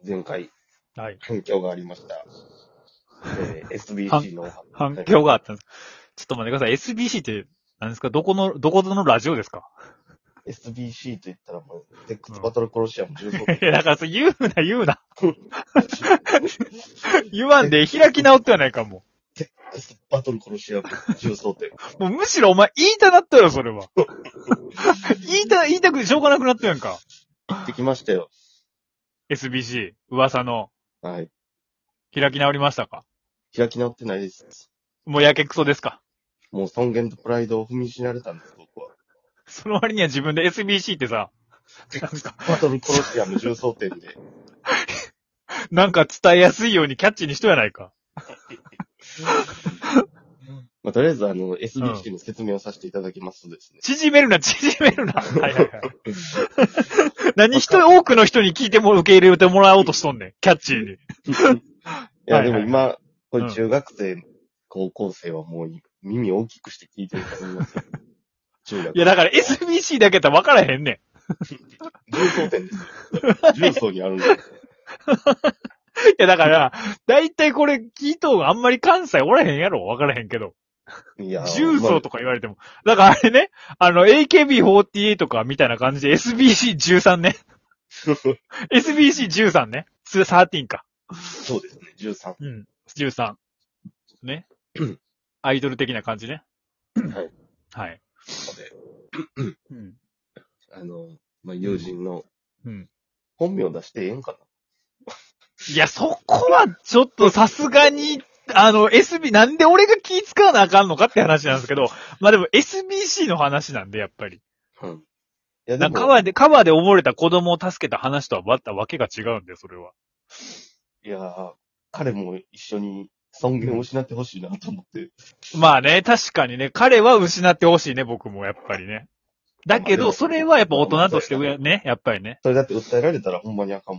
前回、 はい。 反響がありました。SBC の反響があったんです。ちょっと待ってください。SBC って何ですか？どこぞのラジオですか？ SBC と言ったらもう、テックスバトルコロシアム重曹店。 いや、だからそれ言うな。言わんで開き直ってはないかも。 テックスバトルコロシアム重曹店。 もうむしろお前言いたなったよ、それは。言いたくてしょうがなくなったやんか。 行ってきましたよ。 SBC、噂の。 はい。 開き直りましたか？ 開き直ってないです。 もうやけくそですか？ もう尊厳とプライドを踏みしめられたんです、僕は。 その割には自分で SBC ってさ、 バトルコロシアム重曹店で。 なんか伝えやすいようにキャッチにしとやないか。 まあ、とりあえずSBC の説明をさせていただきますとですね。 縮めるな。はい。多くの人に聞いても受け入れてもらおうとしとんねん。キャッチーに。 いや、でもはいはい今、これ中学生、高校生はもう耳を大きくして聞いてると思いますよ。中学。 いや、だから SBC だけだったら分からへんねん。 重曹店ですよ。重曹にあるんで。 いや、だから、だいたいこれ聞いとうがあんまり関西おらへんやろ。分からへんけど。 いや、 重曹とか言われても。だからあれね、AKB48 とかみたいな感じで SBC13 ね。SBC13 ね。13か。 そうですね、13。 うん。13。ね。アイドル的な感じね。 はい。 はい。 で、 うん。 友人のうん。 本名出してええんかな。 いや、そこはちょっとさすがに、なんで俺が気使わなあかんのかって話なんですけど、まあでも SBC の話なんで、やっぱり。 うん。いや、でなんも、 か川で溺れた子供を助けた話とはわけが違うんだよ、それは。 いや、彼も一緒に尊厳を失ってほしいなと思って。 まあね、確かにね、彼は失ってほしいね、僕もやっぱりね。だけど、それはやっぱ大人としてね、やっぱりね。 それだって訴えられたらほんまにあかんも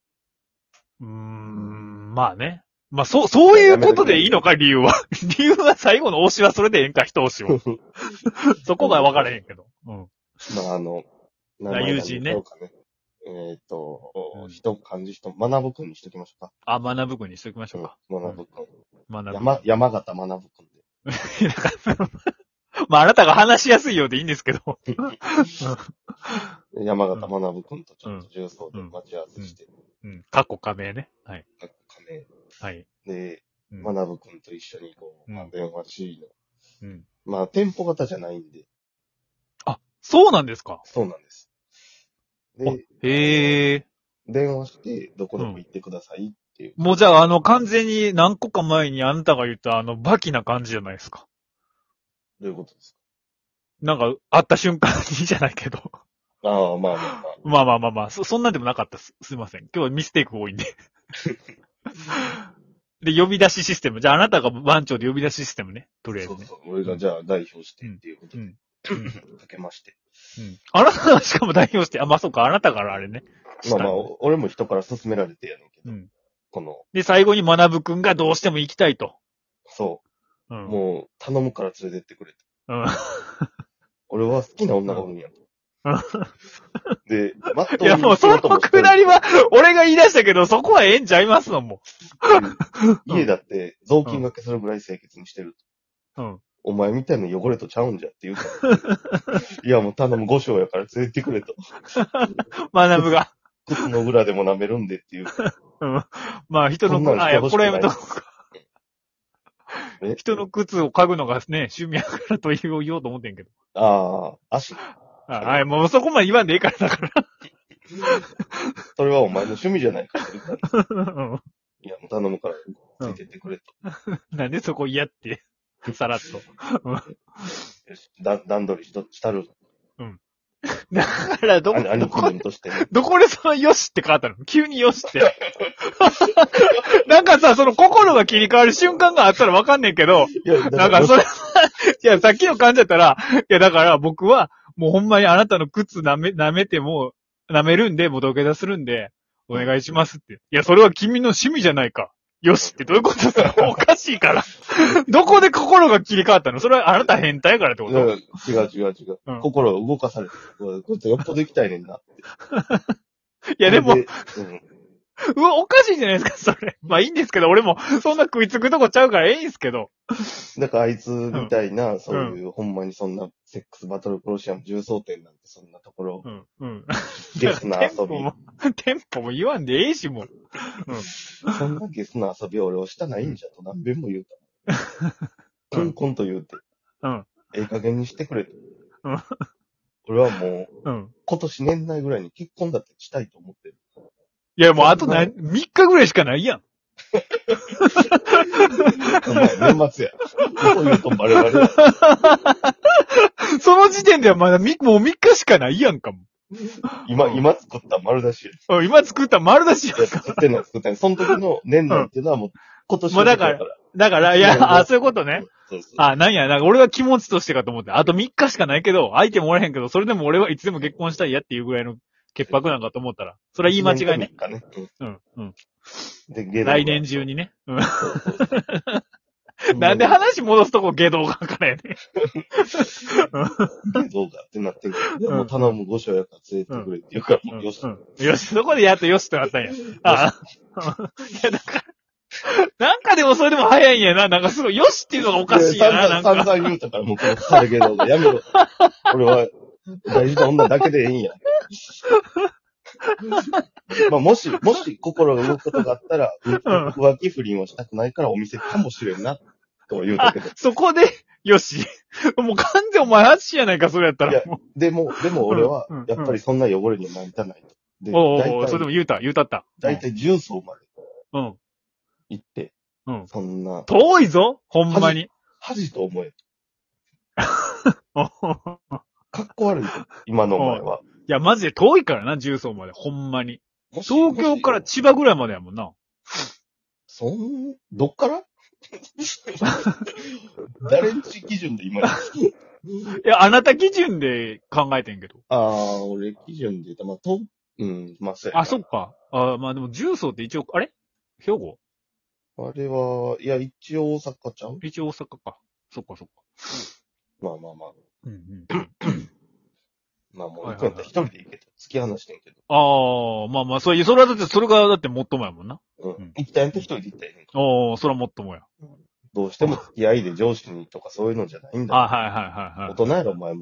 ん。まあね。まあ、そういうことでいいのか、理由は。理由は最後の推しはそれでええんか、一押しを。そこが分からへんけど。うん。 まあ、名前友人ねなんでしょうかね。漢字人、学ぶくんにしときましょうか。 あ、学ぶくんにしときましょうか。 学ぶくん。 学ぶ。 山形学ぶくんで。 だからまあ、あなたが話しやすいようでいいんですけど。 山形学ぶくんとちょっと重曹で待ち合わせして。 うん。過去加盟ね。はい。 加盟。 はい。 で、学ぶくんと一緒に電話しうん。 まあ、店舗型じゃないんで。 あ、そうなんですか。 そうなんです。で、 へえ。 電話して、どこどこ行ってくださいっていう。 もうじゃあ、完全に何個か前にあなたが言ったバキな感じじゃないですか。 どういうことですか？ なんか、会った瞬間にじゃないけど。 ああ、まあまあまあ。 まあ。そんなんでもなかったす。すいません。今日はミステイク多いんで。で、呼び出しシステム。じゃあ、あなたが番長で呼び出しシステムね。とりあえずね。 そう。俺がじゃあ代表してっていうことで。かけまして。 うん。あなたがしかも代表して、まあそうか、あなたからあれね。 まあ、俺も人から勧められてやねんけど。 で、最後に学くんがどうしても行きたいと。 そう。もう、頼むから連れてってくれと。俺は好きな女がおるんやと。で、 いや、もうそのくだりは、俺が言い出したけど、そこはええんちゃいますの、もう。家だって、雑巾掛けするぐらい清潔にしてると。お前みたいな汚れとちゃうんじゃって言うから。いや、もう頼む5章やから連れてってくれと。 学ぶが。 靴の裏でも舐めるんでっていう。 まあ、人の、これやめとこうか。人の靴を嗅ぐのがね、趣味やからと言おうと思ってんけど。 ああ、足。 はい、もうそこまで言わんでいいからだから。 それはお前の趣味じゃないかって言うから。いや、もう頼むから、ついてってくれと。 なんでそこ嫌って、さらっと。 よし、段取りしたる。 だから、どこでそのよしって変わったの？急によしって。なんかさ、その心が切り替わる瞬間があったらわかんねんけど、なんかそれ、いや、さっきの感じだったら、いや、だから僕は、もうほんまにあなたの靴舐めても、舐めるんで、もう土下座するんで、お願いしますって。いや、それは君の趣味じゃないか。よしってどういうことさ、おかしいから。どこで心が切り替わったの？それはあなた変態からってこと？ 違う。心を動かされて。こいつよっぽど行きたいねんなって。 いや、でも、 うわ、おかしいじゃないですか、それ。まあいいんですけど、俺もそんな食いつくとこちゃうからええんすけど。 だからあいつみたいな、そういう、ほんまにそんな、セックスバトルコロシアム重装店なんてそんなところ、ゲスな遊び。 テンポも言わんでええし、もう。 そんなゲスな遊び俺をしたないんじゃと何遍も言うた。コンコンと言うて。ええ加減にしてくれと。俺はもう、今年年内ぐらいに結婚だってしたいと思ってる。 いや、もうあと3日ぐらいしかないやん。 お前、年末や。嘘言うとバレバレや。 その時点ではまだもう3日しかないやんかも。 今作った丸出しや。今作った丸出しやんか。 作ってない。その時の年内っていうのはもう、今年のだから、いや、そういうことね。そうなんか俺は気持ちとしてかと思って、あと3日しかないけど、相手もおらへんけど、それでも俺はいつでも結婚したいやっていうぐらいの潔白なんかと思ったら、それは言い間違いね。で、来年中にね。なんで話戻すとこ下道がからやね。 下道がってなってるけど、もう頼む御所やから連れてくれって言うから、もうよし。 よし、そこでやっとよしとなったんや。いや、だから、なんかでもそれでも早いんやな。なんかすごい、よしっていうのがおかしいやな。なんか。 散々言うたから、もうこのされ下道がやめろ。俺は、大事な女だけでええんや。まあ、もし心が動くことがあったら、浮気不倫をしたくないからお店かもしれんな、とは言うたけど。 そこで、よし。もう完全お前はしやないか、それやったら。いや、 でも俺は、やっぱりそんな汚れにはなりたないと。 で、それでも言うたった。 だいたい重曹まで。行って。そんな。 遠いぞほんまに。 恥と思え。かっこ悪いぞ、今のお前は。 いや、マジで遠いからな、重曹まで。ほんまに。東京から千葉ぐらいまでやもんな。 どっから誰んち基準で今。いや、あなた基準で考えてんけど。 俺基準で言うと、まあ、そうや。そっか。まあでも重曹って一応、あれ兵庫あれは、いや、一応大阪ちゃう？ 一応大阪か。そっか。 まあ。まあもう行くんやったら一人で行けと。突き放してんけど。 まあ、それはだって、それがだって最もやもんな。 行きたいんと一人で行ったらええねん。それは最もや。 どうしても付き合いで上司にとかそういうのじゃないんだ。 はい。 大人やろ、お前も。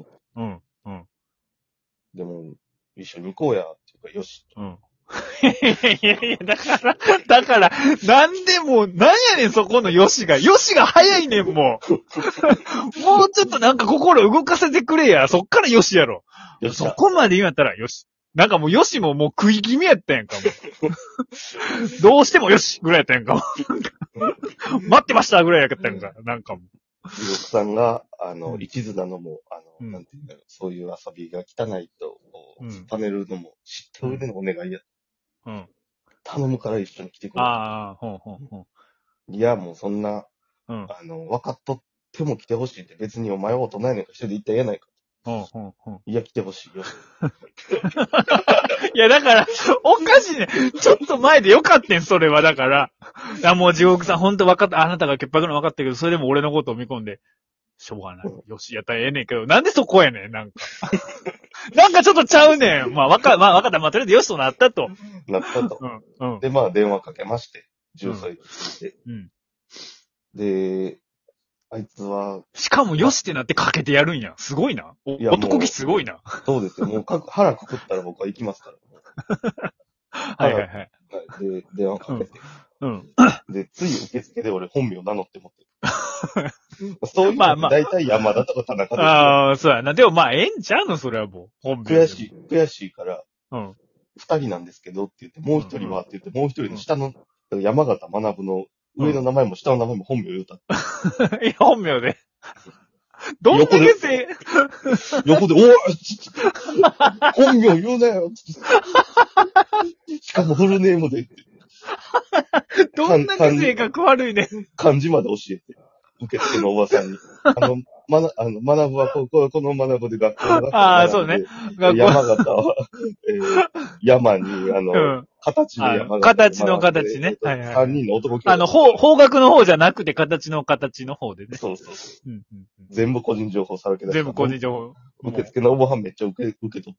でも、一緒に行こうや、っていうか、よし。 いや、だから、なんでも、なんやねん、そこのよしが。よしが早いねん、もう。もうちょっとなんか心動かせてくれや。そっからよしやろ。そこまで言うんやったらよし。なんかもうよしももう食い気味やったやんか、もう。どうしてもよしぐらいやったやんか。待ってましたぐらいやったやんか、なんかもう。 ゆうさんが、一途なのも、なんていうんだろう、そういう遊びが汚いと、パネルのも知った上でのお願いや。頼むから一緒に来てくれ。いや、もうそんな、分かっとっても来てほしいって、別にお前は大人やねんから一人で行ったらええやないか。いや、来てほしいよ。 いや、だから、おかしいね。ちょっと前でよかったん、それは。だから。もう地獄さん、ほんと分かった。あなたが潔白の分かったけど、それでも俺のことを見込んで、しょうがない。よし、やったらええねんけど、なんでそこやねん、なんか。なんかちょっとちゃうねん。まあ、分かった。まあ、とりあえずよしとなったと。 で、まあ、電話かけまして、重曹駅着いて。で、あいつは。 しかもよしってなってかけてやるんや。すごいな。男気すごいな。 そうですよ。もう腹くくったら僕は行きますから。 はい。 で、電話かけて。で、つい受付で俺本名名乗って持ってる。そういうの大体山田とか田中です。そうやな。でもまあ、ええんちゃうのそれはもう。 本名。悔しいから、二人なんですけどって言って、もう一人はって言って、もう一人の下の山形学の上の名前も下の名前も本名言うた。 いや、本名で。どんだけ横で、おい本名言うなよしかもフルネームで。 どんだけ性格悪いね。 漢字まで教えて。受付のおばさんに。学ぶはこの学ぶで学校が。そうね。 山形は、山に、形の山形。 形の形ね。 はい。3人の男兄弟。方角の方じゃなくて形の形の方でね。 そう。全部個人情報さらけ出した。 全部個人情報。 受付のおばはんめっちゃ受け取った。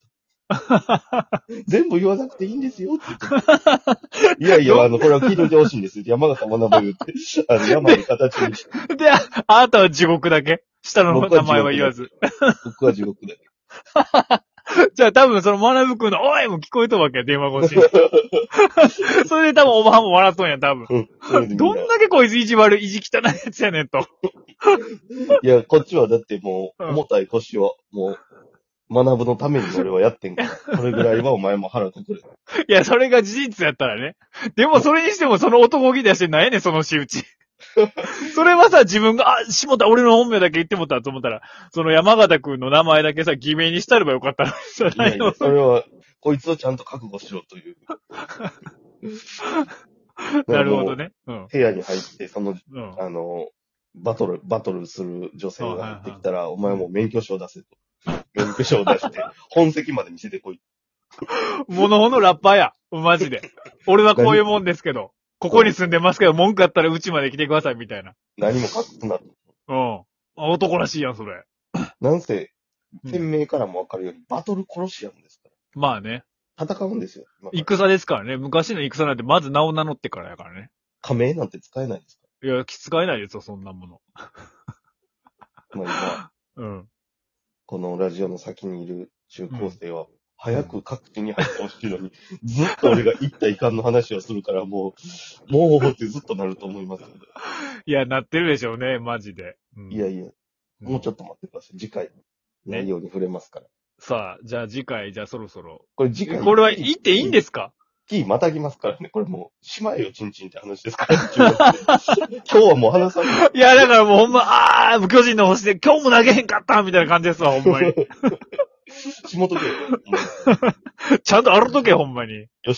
全部言わなくていいんですよって言って。いやいや、これは聞いといてほしいんですよ。山形学ぶ言って。山の形にして。 で、あなたは地獄だけ下の名前は言わず。 僕は地獄だけ。 じゃあ多分その学ぶくんの、おいも聞こえとるわけや、電話越しに。それで多分おばはんも笑っとんや、多分。どんだけこいつ意地悪い、意地汚いやつやねんと。 いや、こっちはだってもう、重たい腰は、もう、学ぶのために俺はやってんから。それぐらいはお前も腹くくれ。 いや、それが事実やったらね。でもそれにしてもその男気出してなんやねん、その仕打ち。それはさ、自分が、下田俺の本名だけ言ってもったと思ったら、その山形くんの名前だけさ、偽名にしたればよかったのにさ、 いやそれは、こいつをちゃんと覚悟しろという。 なるほどね。 部屋に入って、バトルする女性が入ってきたら、お前も免許証出せと。免許証出して、本籍まで見せてこい。 モノホのラッパーや。マジで。俺はこういうもんですけど。ここに住んでますけど、文句あったらうちまで来てください、みたいな。 何も隠すなと。 うん。男らしいやん、それ。 なんせ、店名からもわかるように、バトルコロシアムですから。 まあね。 戦うんですよ。 戦ですからね。昔の戦なんて、まず名を名乗ってからやからね。 仮名なんて使えないですかいや、使えないですよ、そんなもの。 まあ今、このラジオの先にいる中高生は、早く各地に入ってほしいのに、ずっと俺が行ったいかんの話をするから、もうってずっとなると思いますけど。 いや、なってるでしょうね、マジで。 いやいや、もうちょっと待ってください。次回、内容に触れますから。 さあ、じゃあ次回、じゃあそろそろ。 これ次回。 これは言っていいんですか？ キーまたぎますからね。これもう、しまえよ、チンチンって話ですから。今日はもう話さない。 いや、だからもうほんま、巨人の星で今日も投げへんかったみたいな感じですわ、ほんまに。 下とけよ。 ちゃんとあるとけ、ほんまに。